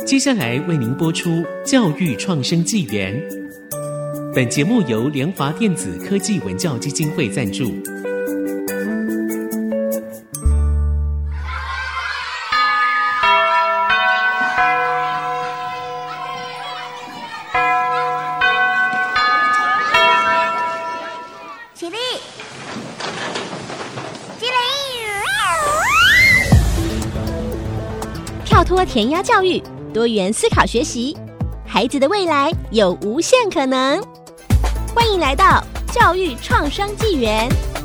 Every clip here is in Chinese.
接下来为您播出教育创生纪元。本节目由联华电子科技文教基金会赞助。 起立！起立！ 跳脱填鸭教育，多元思考学习，孩子的未来有无限可能。欢迎来到教育创生纪元。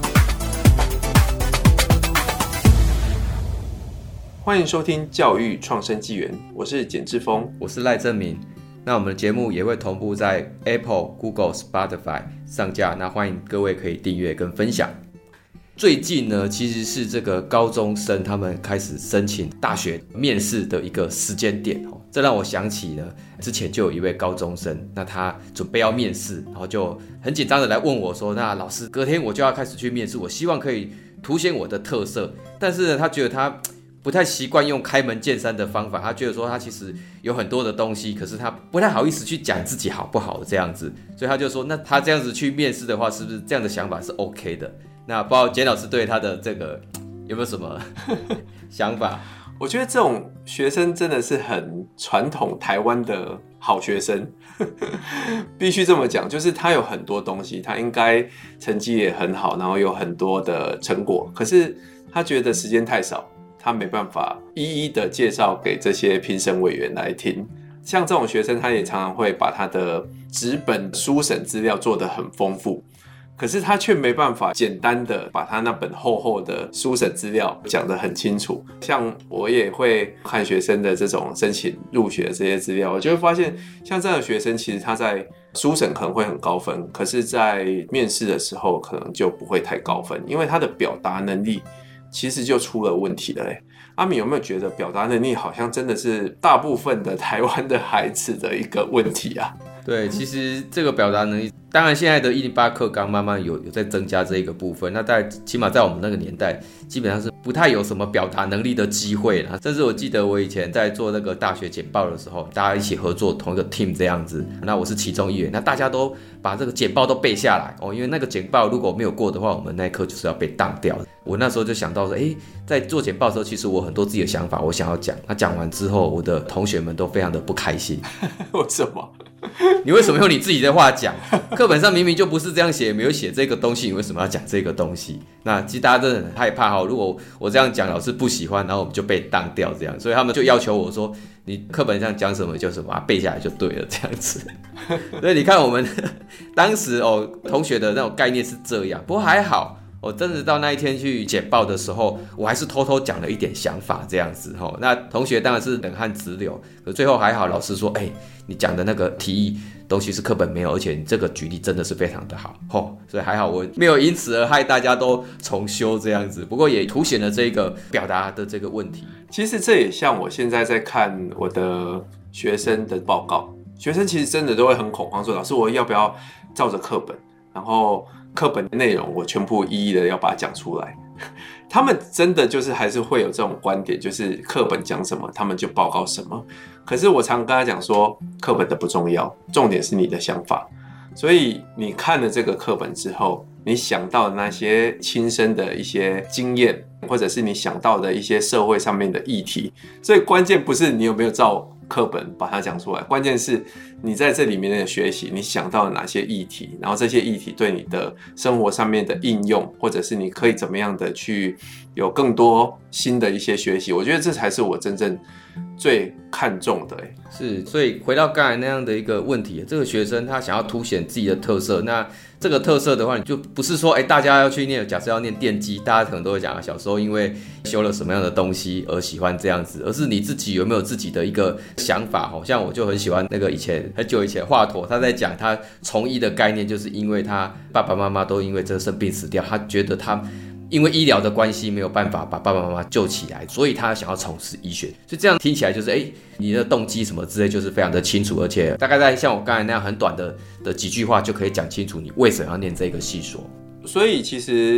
欢迎收听教育创生纪元，我是简志峰， 我是赖正明。那我们的节目也会同步在 Apple、Google、Spotify 上架，那欢迎各位可以订阅跟分享。最近呢，其实是这个高中生他们开始申请大学面试的一个时间点，这让我想起呢，之前就有一位高中生，那他准备要面试，然后就很紧张的来问我说，那老师隔天我就要开始去面试，我希望可以凸显我的特色，但是呢，他觉得他不太习惯用开门见山的方法，他觉得说他其实有很多的东西，可是他不太好意思去讲自己好不好这样子，所以他就说，那他这样子去面试的话，是不是这样的想法是 OK 的？那不知道简老师对他的这个有没有什么想法？ 我觉得这种学生真的是很传统台湾的好学生，必须这么讲，就是他有很多东西，他应该成绩也很好，然后有很多的成果，可是他觉得时间太少，他没办法一一的介绍给这些评审委员来听。像这种学生，他也常常会把他的纸本书审资料做得很丰富，可是他却没办法简单的把他那本厚厚的书审资料讲得很清楚。像我也会看学生的这种申请入学的这些资料，我就会发现像这样的学生，其实他在书审可能会很高分，可是在面试的时候可能就不会太高分，因为他的表达能力其实就出了问题了。阿敏有没有觉得表达能力好像真的是大部分的台湾的孩子的一个问题啊？ 对，其实这个表达能力，当然现在的108课纲慢慢有在增加这一个部分，那起码在我们那个年代，基本上是不太有什么表达能力的机会啦。甚至我记得我以前在做那个大学简报的时候，大家一起合作同一个 team 这样子，那我是其中一员，那大家都把这个简报都背下来因为那个简报如果没有过的话，我们那一科就是要被当掉的。我那时候就想到说，在做简报的时候，其实我很多自己的想法，我想要讲，那讲完之后，我的同学们都非常的不开心。 为什么？ 你为什么用你自己的话讲？课本上明明就不是这样写，没有写这个东西，你为什么要讲这个东西？那其实大家真的很害怕如果我这样讲，老师不喜欢，然后我们就被当掉这样，所以他们就要求我说，你课本上讲什么就什么，背下来就对了这样子。所以你看我们当时同学的那种概念是这样，不过还好。我真的到那一天去简报的时候，我还是偷偷讲了一点想法这样子那同学当然是冷汗直流，可最后还好，老师说你讲的那个提议东西是课本没有，而且你这个举例真的是非常的好所以还好我没有因此而害大家都重修这样子，不过也凸显了这个表达的这个问题。 其实这也像我现在在看我的学生的报告，学生其实真的都会很恐慌，说老师我要不要照着课本，然后课本的内容我全部一一的要把它讲出来。他们真的就是还是会有这种观点，就是课本讲什么他们就报告什么。可是我常跟他讲说，课本的不重要，重点是你的想法。所以你看了这个课本之后，你想到的那些亲身的一些经验，或者是你想到的一些社会上面的议题，所以关键不是你有没有照课本把它讲出来，关键是你在这里面的学习，你想到了哪些议题，然后这些议题对你的生活上面的应用，或者是你可以怎么样的去有更多新的一些学习，我觉得这才是我真正最看重的。 是，所以回到刚才那样的一个问题，这个学生他想要凸显自己的特色，那这个特色的话，你就不是说大家要去念，假设要念电机，大家可能都会讲小时候因为修了什么样的东西而喜欢这样子，而是你自己有没有自己的一个想法。像我就很喜欢那个很久以前华佗，他在讲他从医的概念，就是因为他爸爸妈妈都因为这个生病死掉，他觉得他因为医疗的关系没有办法把爸爸妈妈救起来，所以他想要从事医学。所以这样听起来就是你的动机什么之类就是非常的清楚，而且大概在像我刚才那样很短的几句话就可以讲清楚你为什么要念这个系所。 所以其实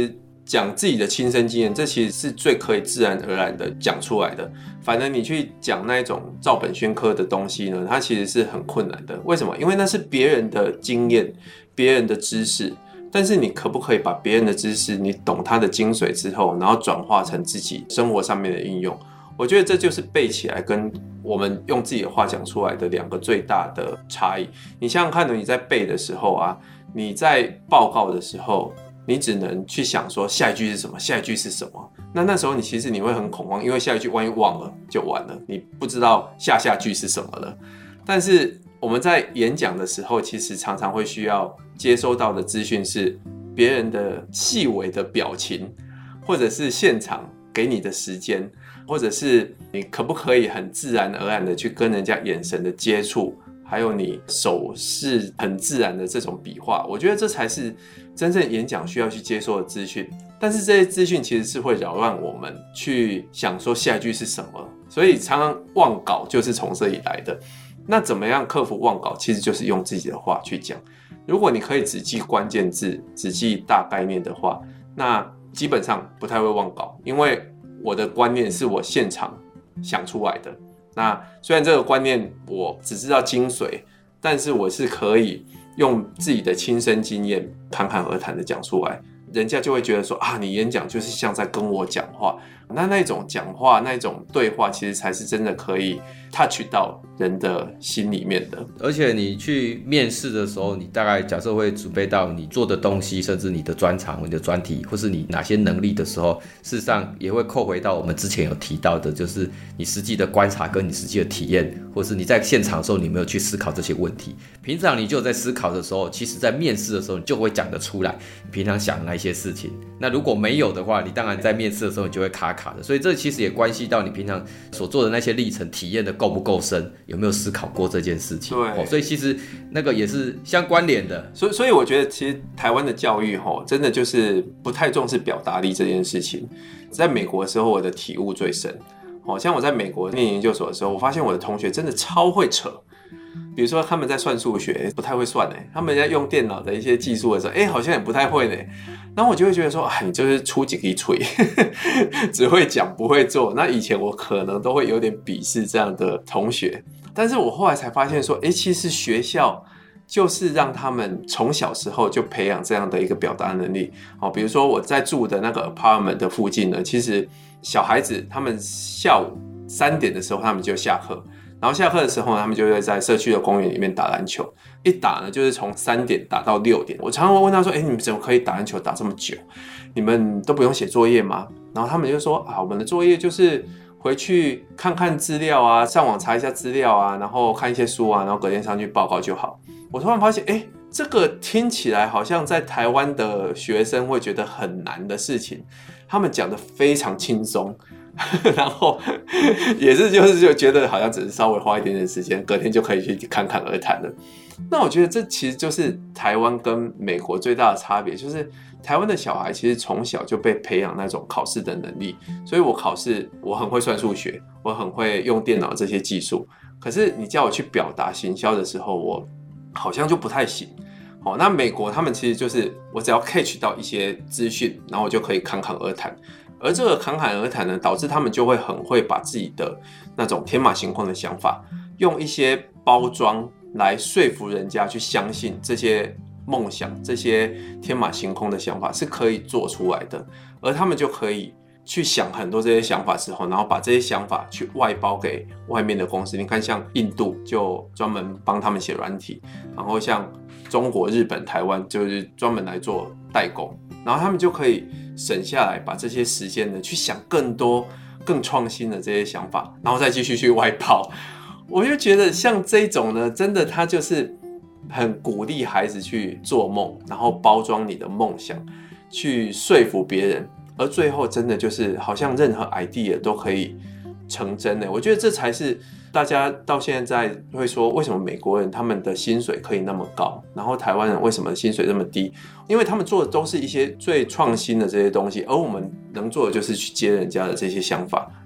讲自己的亲身经验，这其实是最可以自然而然的讲出来的。反正你去讲那一种照本宣科的东西呢，它其实是很困难的。为什么？因为那是别人的经验，别人的知识。但是你可不可以把别人的知识，你懂它的精髓之后，然后转化成自己生活上面的应用？我觉得这就是背起来跟我们用自己的话讲出来的两个最大的差异。你想想看，你在背的时候啊，你在报告的时候，你只能去想说下一句是什么，下一句是什么。那时候其实你会很恐慌，因为下一句万一忘了就完了，你不知道下句是什么了。但是我们在演讲的时候，其实常常会需要接收到的资讯是别人的细微的表情，或者是现场给你的时间，或者是你可不可以很自然而然的去跟人家眼神的接触，还有你手势很自然的这种笔画，我觉得这才是真正演讲需要去接受的资讯。但是这些资讯其实是会扰乱我们去想说下一句是什么，所以常常忘稿就是从这里来的。那怎么样克服忘稿？其实就是用自己的话去讲。如果你可以只记关键字，只记大概念的话，那基本上不太会忘稿，因为我的观念是我现场想出来的。那虽然这个观念我只知道精髓，但是我是可以用自己的亲身经验侃侃而谈的讲出来，人家就会觉得说啊，你演讲就是像在跟我讲话。那种讲话，那种对话，其实才是真的可以 touch 到人的心里面的。 而且你去面试的时候，你大概假设会准备到你做的东西，甚至你的专长、你的专题，或是你哪些能力的时候，事实上也会扣回到我们之前有提到的，就是你实际的观察跟你实际的体验，或是你在现场的时候你没有去思考这些问题。平常你就有在思考的时候，其实在面试的时候你就会讲得出来你平常想的那一些事情。那如果没有的话，你当然在面试的时候你就会卡卡的。所以这其实也关系到你平常所做的那些历程体验的够不够深，有没有思考过这件事情。 对， 所以其实那个也是相关联的。 所以我觉得其实台湾的教育真的就是不太重视表达力这件事情。在美国的时候我的体悟最深，像我在美国念研究所的时候，我发现我的同学真的超会扯。比如说他们在算数学不太会算，他们在用电脑的一些技术的时候好像也不太会。然后我就会觉得说你就是出几个吹只会讲不会做。那以前我可能都会有点鄙视这样的同学，但是我后来才发现说其实学校就是让他们从小时候就培养这样的一个表达能力。比如说我在住的那个 apartment 的附近呢，其实小孩子他们下午3点的时候他们就下课，然后下课的时候呢，他们就会在社区的公园里面打篮球，一打呢就是从3点打到6点。我常常会问他说你们怎么可以打篮球打这么久？你们都不用写作业吗？然后他们就说我们的作业就是回去看看资料啊，上网查一下资料啊，然后看一些书啊，然后隔天上去报告就好。我突然发现这个听起来好像在台湾的学生会觉得很难的事情，他们讲得非常轻松然后也是就觉得好像只是稍微花一点点时间，隔天就可以去侃侃而谈了。那我觉得这其实就是台湾跟美国最大的差别，就是台湾的小孩其实从小就被培养那种考试的能力，所以我考试我很会算数学，我很会用电脑这些技术，可是你叫我去表达行销的时候，我好像就不太行。那美国他们其实就是我只要 catch 到一些资讯，然后我就可以侃侃而谈。而这个侃侃而谈呢，导致他们就会很会把自己的那种天马行空的想法，用一些包装来说服人家去相信这些梦想，这些天马行空的想法是可以做出来的。而他们就可以去想很多这些想法之后，然后把这些想法去外包给外面的公司。你看像印度就专门帮他们写软体，然后像中国、日本、台湾就是专门来做代工，然后他们就可以省下来，把这些时间呢去想更多更创新的这些想法，然后再继续去外包。我就觉得像这种呢，真的他就是很鼓励孩子去做梦，然后包装你的梦想，去说服别人，而最后真的就是好像任何 idea 都可以成真的。我觉得这才是大家到现在会说为什么美国人他们的薪水可以那么高，然后台湾人为什么薪水那么低，因为他们做的都是一些最创新的这些东西，而我们能做的就是去接人家的这些想法，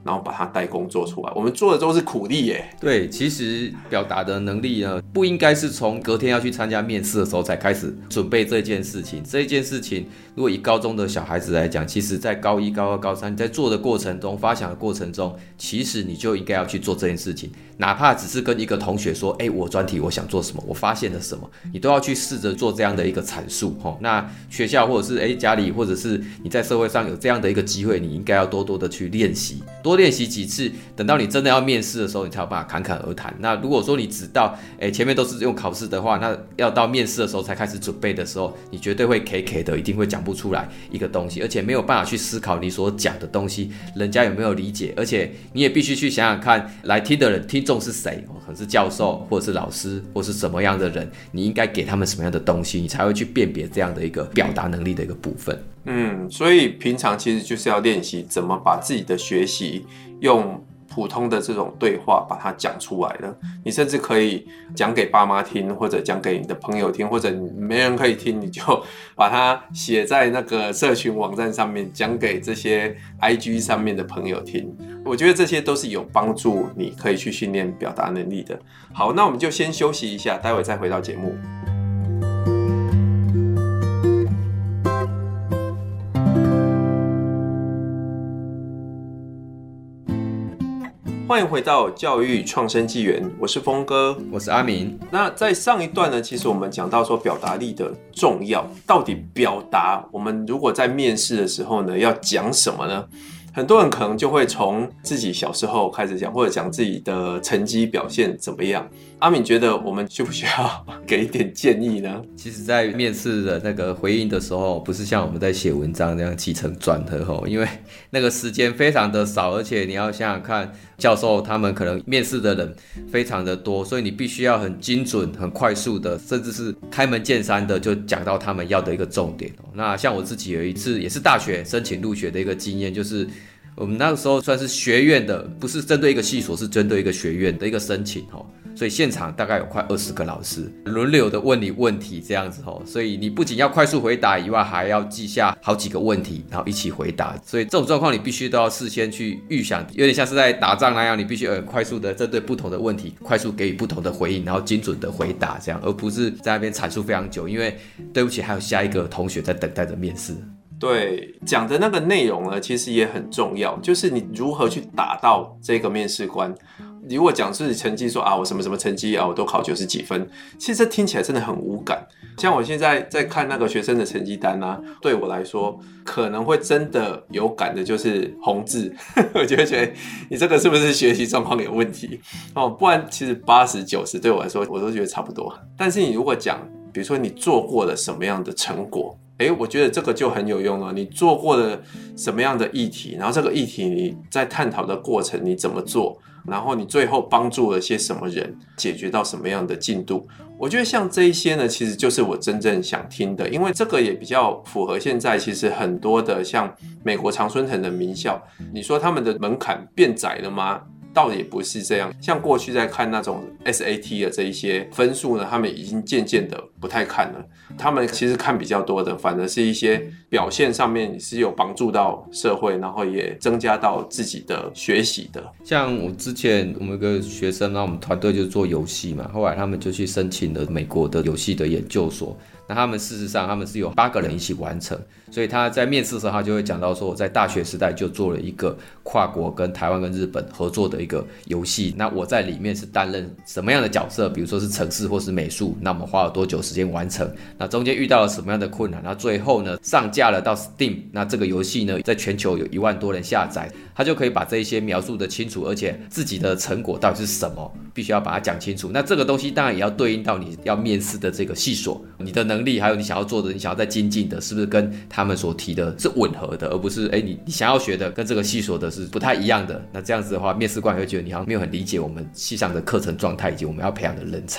然后把它代工做出来。我们做的都是苦力耶。 对，其实表达的能力呢，不应该是从隔天要去参加面试的时候才开始准备这件事情。这件事情，如果以高中的小孩子来讲，其实在高一、高二、高三，你在做的过程中、发想的过程中，其实你就应该要去做这件事情。哪怕只是跟一个同学说，我专题我想做什么，我发现了什么，你都要去试着做这样的一个阐述。那学校或者是家里，或者是你在社会上有这样的一个机会，你应该要多多的去练习，多练习几次，等到你真的要面试的时候，你才有办法侃侃而谈。那如果说你只到前面都是用考试的话，那要到面试的时候才开始准备的时候，你绝对会 K 的，一定会讲不出来一个东西，而且没有办法去思考你所讲的东西人家有没有理解，而且你也必须去想想看，来听的人听众是谁，可能是教授或者是老师或是什么样的人，你应该给他们什么样的东西，你才会去辨别这样的一个表达能力的一个部分。 所以平常其实就是要练习怎么把自己的学习用普通的这种对话把它讲出来了。你甚至可以讲给爸妈听，或者讲给你的朋友听，或者没人可以听，你就把它写在那个社群网站上面，讲给这些 IG 上面的朋友听。我觉得这些都是有帮助你可以去训练表达能力的。好，那我们就先休息一下，待会再回到节目。欢迎回到教育创生纪元，我是峰哥， 我是阿明。 那在上一段呢，其实我们讲到说表达力的重要，到底表达我们如果在面试的时候呢，要讲什么呢？很多人可能就会从自己小时候开始讲，或者讲自己的成绩表现怎么样。阿敏觉得我们需不需要给一点建议呢？ 其实在面试的那个回应的时候，不是像我们在写文章那样起承转合，因为那个时间非常的少，而且你要想想看，教授他们可能面试的人非常的多，所以你必须要很精准、很快速的，甚至是开门见山的就讲到他们要的一个重点。那像我自己有一次也是大学申请入学的一个经验，就是我们那个时候算是学院的，不是针对一个系所，是针对一个学院的一个申请，所以现场大概有快20个老师轮流的问你问题这样子，所以你不仅要快速回答以外，还要记下好几个问题，然后一起回答。所以这种状况你必须都要事先去预想，有点像是在打仗那样，你必须快速的针对不同的问题，快速给予不同的回应，然后精准的回答这样，而不是在那边阐述非常久，因为对不起还有下一个同学在等待着面试。 对，讲的那个内容呢，其实也很重要，就是你如何去打到这个面试官。如果讲自己成绩说我什么什么成绩我都考90几分，其实这听起来真的很无感。像我现在在看那个学生的成绩单对我来说可能会真的有感的就是红字我就会觉得你这个是不是学习状况有问题不然其实80、90对我来说我都觉得差不多。但是你如果讲比如说你做过了什么样的成果，我觉得这个就很有用了。你做过了什么样的议题，然后这个议题你在探讨的过程你怎么做，然后你最后帮助了些什么人，解决到什么样的进度。我觉得像这一些呢，其实就是我真正想听的，因为这个也比较符合现在其实很多的像美国常春藤的名校，你说他们的门槛变窄了吗？倒也不是这样，像过去在看那种 SAT 的这一些分数呢，他们已经渐渐的不太看了，他们其实看比较多的反而是一些表现上面是有帮助到社会，然后也增加到自己的学习的。 像我之前我们有个学生，我们团队就是做游戏嘛，后来他们就去申请了美国的游戏的研究所，那他们事实上他们是有8个人一起完成，所以他在面试的时候他就会讲到说，我在大学时代就做了一个跨国跟台湾跟日本合作的一个游戏，那我在里面是担任什么样的角色，比如说是程式或是美术，那我们花了多久时间完成，那中间遇到了什么样的困难，那最后呢上架了到 Steam， 那这个游戏呢在全球有1万多人下载，他就可以把这一些描述的清楚，而且自己的成果到底是什么必须要把它讲清楚。那这个东西当然也要对应到你要面试的这个系所，你的能力还有你想要做的，你想要再精进的，是不是跟他们所提的是吻合的，而不是你想要学的跟这个系所的是不太一样的。那这样子的话，面试官也会觉得你好像没有很理解我们系上的课程状态以及我们要培养的人才。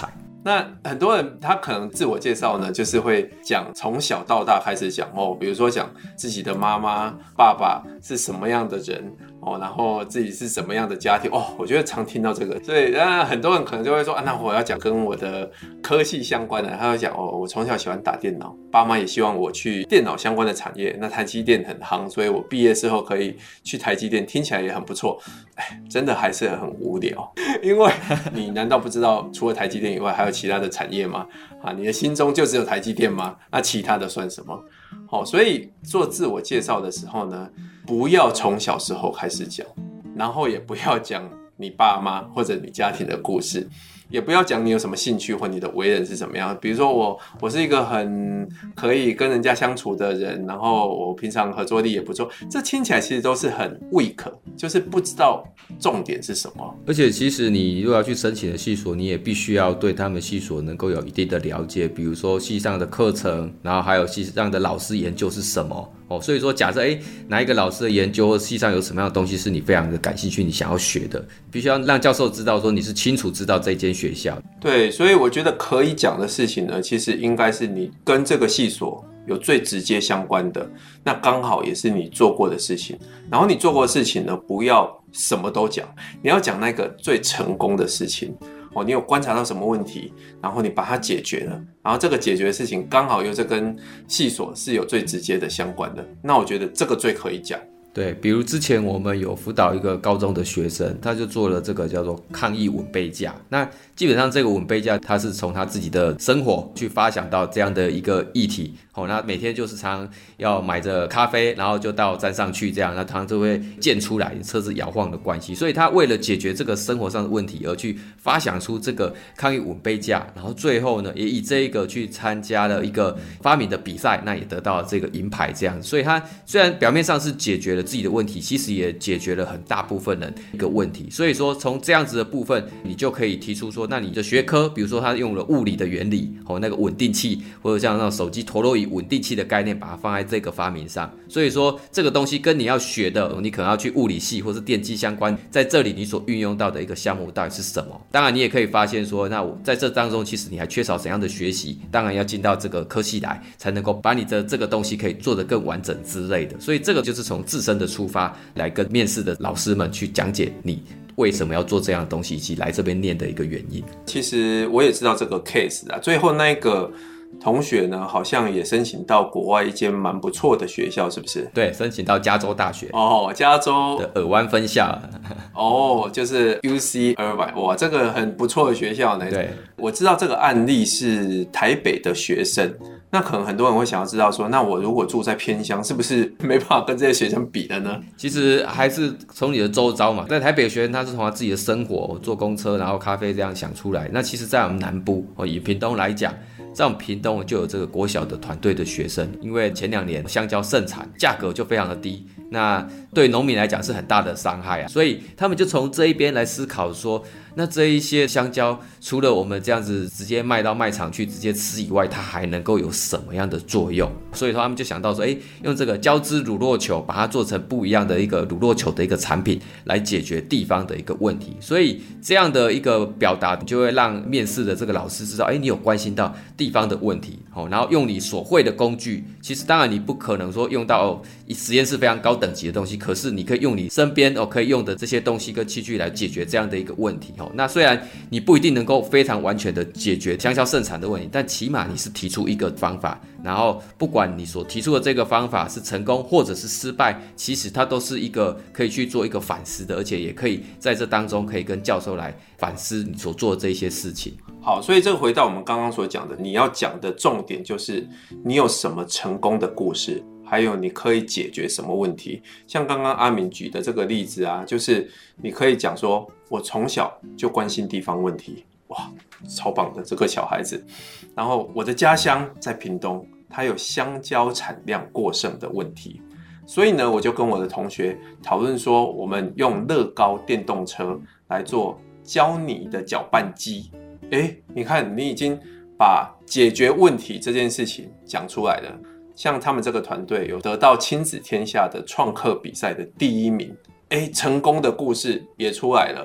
那很多人他可能自我介绍呢，就是会讲从小到大开始讲比如说讲自己的妈妈、爸爸是什么样的人然后自己是什么样的家庭我觉得常听到这个，所以很多人可能就会说那我要讲跟我的科系相关的，他会讲我从小喜欢打电脑，爸妈也希望我去电脑相关的产业，那台积电很夯，所以我毕业之后可以去台积电，听起来也很不错。真的还是很无聊，因为你难道不知道除了台积电以外还有其他的产业吗？你的心中就只有台积电吗？那其他的算什么？所以做自我介绍的时候呢，不要从小时候开始讲，然后也不要讲你爸妈或者你家庭的故事，也不要讲你有什么兴趣或你的为人是怎么样。比如说我是一个很可以跟人家相处的人，然后我平常合作力也不错，这听起来其实都是很 weak， 就是不知道重点是什么。而且其实你如果要去申请的系所，你也必须要对他们系所能够有一定的了解，比如说系上的课程，然后还有系上的老师研究是什么。所以说假设哪一个老师的研究或系上有什么样的东西是你非常的感兴趣，你想要学的，必须要让教授知道说你是清楚知道这间学校。 对，所以我觉得可以讲的事情呢，其实应该是你跟这个系所有最直接相关的，那刚好也是你做过的事情。然后你做过的事情呢，不要什么都讲，你要讲那个最成功的事情。你有观察到什么问题，然后你把它解决了，然后这个解决的事情刚好又是跟系所是有最直接的相关的，那我觉得这个最可以讲。 对，比如之前我们有辅导一个高中的学生，他就做了这个叫做抗疫稳杯架。那基本上这个稳杯架，他是从他自己的生活去发想到这样的一个议题。那每天就是常要买着咖啡，然后就到站上去，这样那常常就会溅出来车子摇晃的关系。所以他为了解决这个生活上的问题，而去发想出这个抗疫稳杯架，然后最后呢，也以这个去参加了一个发明的比赛，那也得到了这个银牌这样。所以他虽然表面上是解决了自己的问题，其实也解决了很大部分人一个问题。所以说从这样子的部分，你就可以提出说，那你的学科，比如说他用了物理的原理，那个稳定器，或者像那种手机陀螺仪稳定器的概念，把它放在这个发明上。所以说这个东西跟你要学的，你可能要去物理系或是电机相关，在这里你所运用到的一个项目到底是什么？当然你也可以发现说，那我在这当中其实你还缺少怎样的学习，当然要进到这个科系来，才能够把你的这个东西可以做得更完整之类的。所以这个就是从自身的出发来跟面试的老师们去讲解你为什么要做这样的东西，以及来这边念的一个原因。 其实我也知道这个 case 啊，最后那一个同学呢，好像也申请到国外一间蛮不错的学校，是不是？ 对，申请到加州大学加州的尔湾分校就是 UC Irvine， 哇，这个很不错的学校呢。 对， 我知道这个案例是台北的学生，那可能很多人会想要知道说，那我如果住在偏乡，是不是没办法跟这些学生比的呢？ 其实还是从你的周遭嘛，在台北的学生他是从他自己的生活，坐公车然后咖啡这样想出来。那其实在我们南部以屏东来讲，在我们屏东就有这个国小的团队的学生，因为前2年香蕉盛产，价格就非常的低，那对农民来讲是很大的伤害啊，所以他们就从这一边来思考说，那这一些香蕉除了我们这样子直接卖到卖场去直接吃以外，它还能够有什么样的作用？所以说他们就想到说，用这个胶质乳酪球把它做成不一样的一个乳酪球的一个产品，来解决地方的一个问题。所以这样的一个表达，就会让面试的这个老师知道，你有关心到地方的问题，然后用你所会的工具，其实当然你不可能说用到实验室非常高等级的东西，可是你可以用你身边可以用的这些东西跟器具来解决这样的一个问题。那虽然你不一定能够非常完全的解决香蕉盛产的问题，但起码你是提出一个方法，然后不管你所提出的这个方法是成功或者是失败，其实它都是一个可以去做一个反思的，而且也可以在这当中可以跟教授来反思你所做的这一些事情。 好，所以这个回到我们刚刚所讲的，你要讲的重点就是你有什么成功的故事，还有你可以解决什么问题。像刚刚阿明举的这个例子啊，就是你可以讲说，我从小就关心地方问题，哇，超棒的这个小孩子。然后我的家乡在屏东，它有香蕉产量过剩的问题，所以呢，我就跟我的同学讨论说，我们用乐高电动车来做胶泥的搅拌机。你看，你已经把解决问题这件事情讲出来了。像他们这个团队有得到亲子天下的创客比赛的第1名，成功的故事也出来了。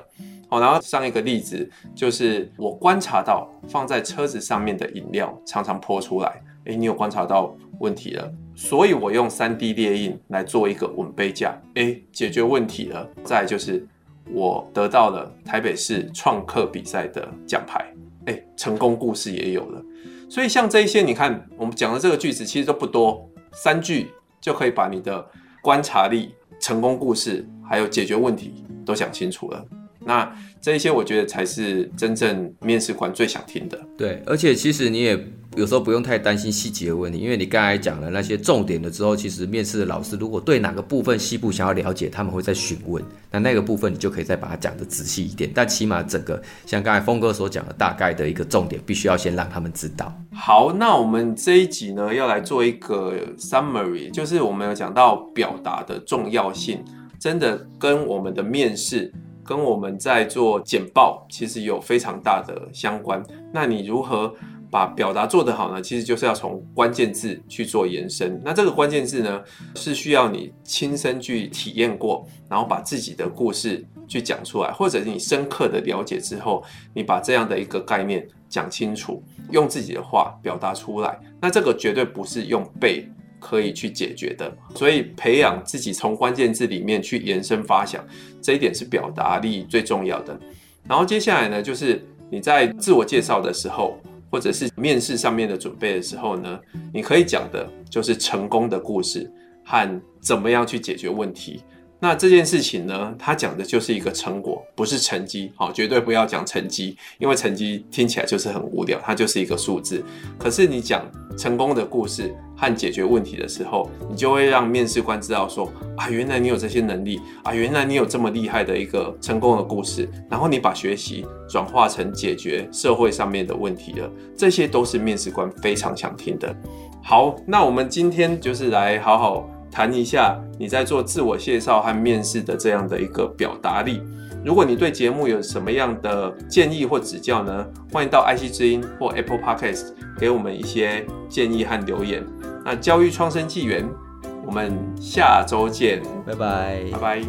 然后上一个例子就是我观察到放在车子上面的饮料常常泼出来，你有观察到问题了，所以我用 3D 列印来做一个稳杯架，解决问题了。再来就是我得到了台北市创客比赛的奖牌，成功故事也有了。所以像这一些，你看我们讲的这个句子其实都不多，3句就可以把你的观察力、成功故事还有解决问题都讲清楚了。那这一些我觉得才是真正面试官最想听的。 对，而且其实你也有时候不用太担心细节的问题，因为你刚才讲了那些重点了之后，其实面试的老师如果对哪个部分细部想要了解，他们会再询问，那个部分你就可以再把它讲得仔细一点，但起码整个像刚才峰哥所讲的大概的一个重点必须要先让他们知道。 好，那我们这一集呢要来做一个 summary， 就是我们有讲到表达的重要性，真的跟我们的面试跟我们在做简报其实有非常大的相关。那你如何把表达做得好呢？其实就是要从关键字去做延伸。那这个关键字呢，是需要你亲身去体验过，然后把自己的故事去讲出来，或者是你深刻的了解之后，你把这样的一个概念讲清楚，用自己的话表达出来。那这个绝对不是用背可以去解决的，所以培养自己从关键字里面去延伸发想，这一点是表达力最重要的。然后接下来呢，就是你在自我介绍的时候，或者是面试上面的准备的时候呢，你可以讲的就是成功的故事和怎么样去解决问题。那这件事情呢，它讲的就是一个成果，不是成绩，绝对不要讲成绩，因为成绩听起来就是很无聊，它就是一个数字。可是你讲成功的故事和解决问题的时候，你就会让面试官知道说，原来你有这些能力，原来你有这么厉害的一个成功的故事，然后你把学习转化成解决社会上面的问题了，这些都是面试官非常想听的。好，那我们今天就是来好好谈一下你在做自我介绍和面试的这样的一个表达力。如果你对节目有什么样的建议或指教呢，欢迎到爱惜之音或 Apple Podcast 给我们一些建议和留言。那教育创生纪元，我们下周见， 拜拜， 拜拜。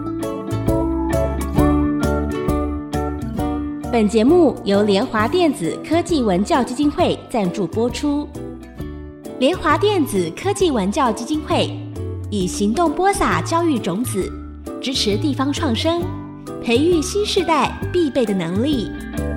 本节目由联华电子科技文教基金会赞助播出。联华电子科技文教基金会以行动播撒教育种子，支持地方创生，培育新世代必备的能力。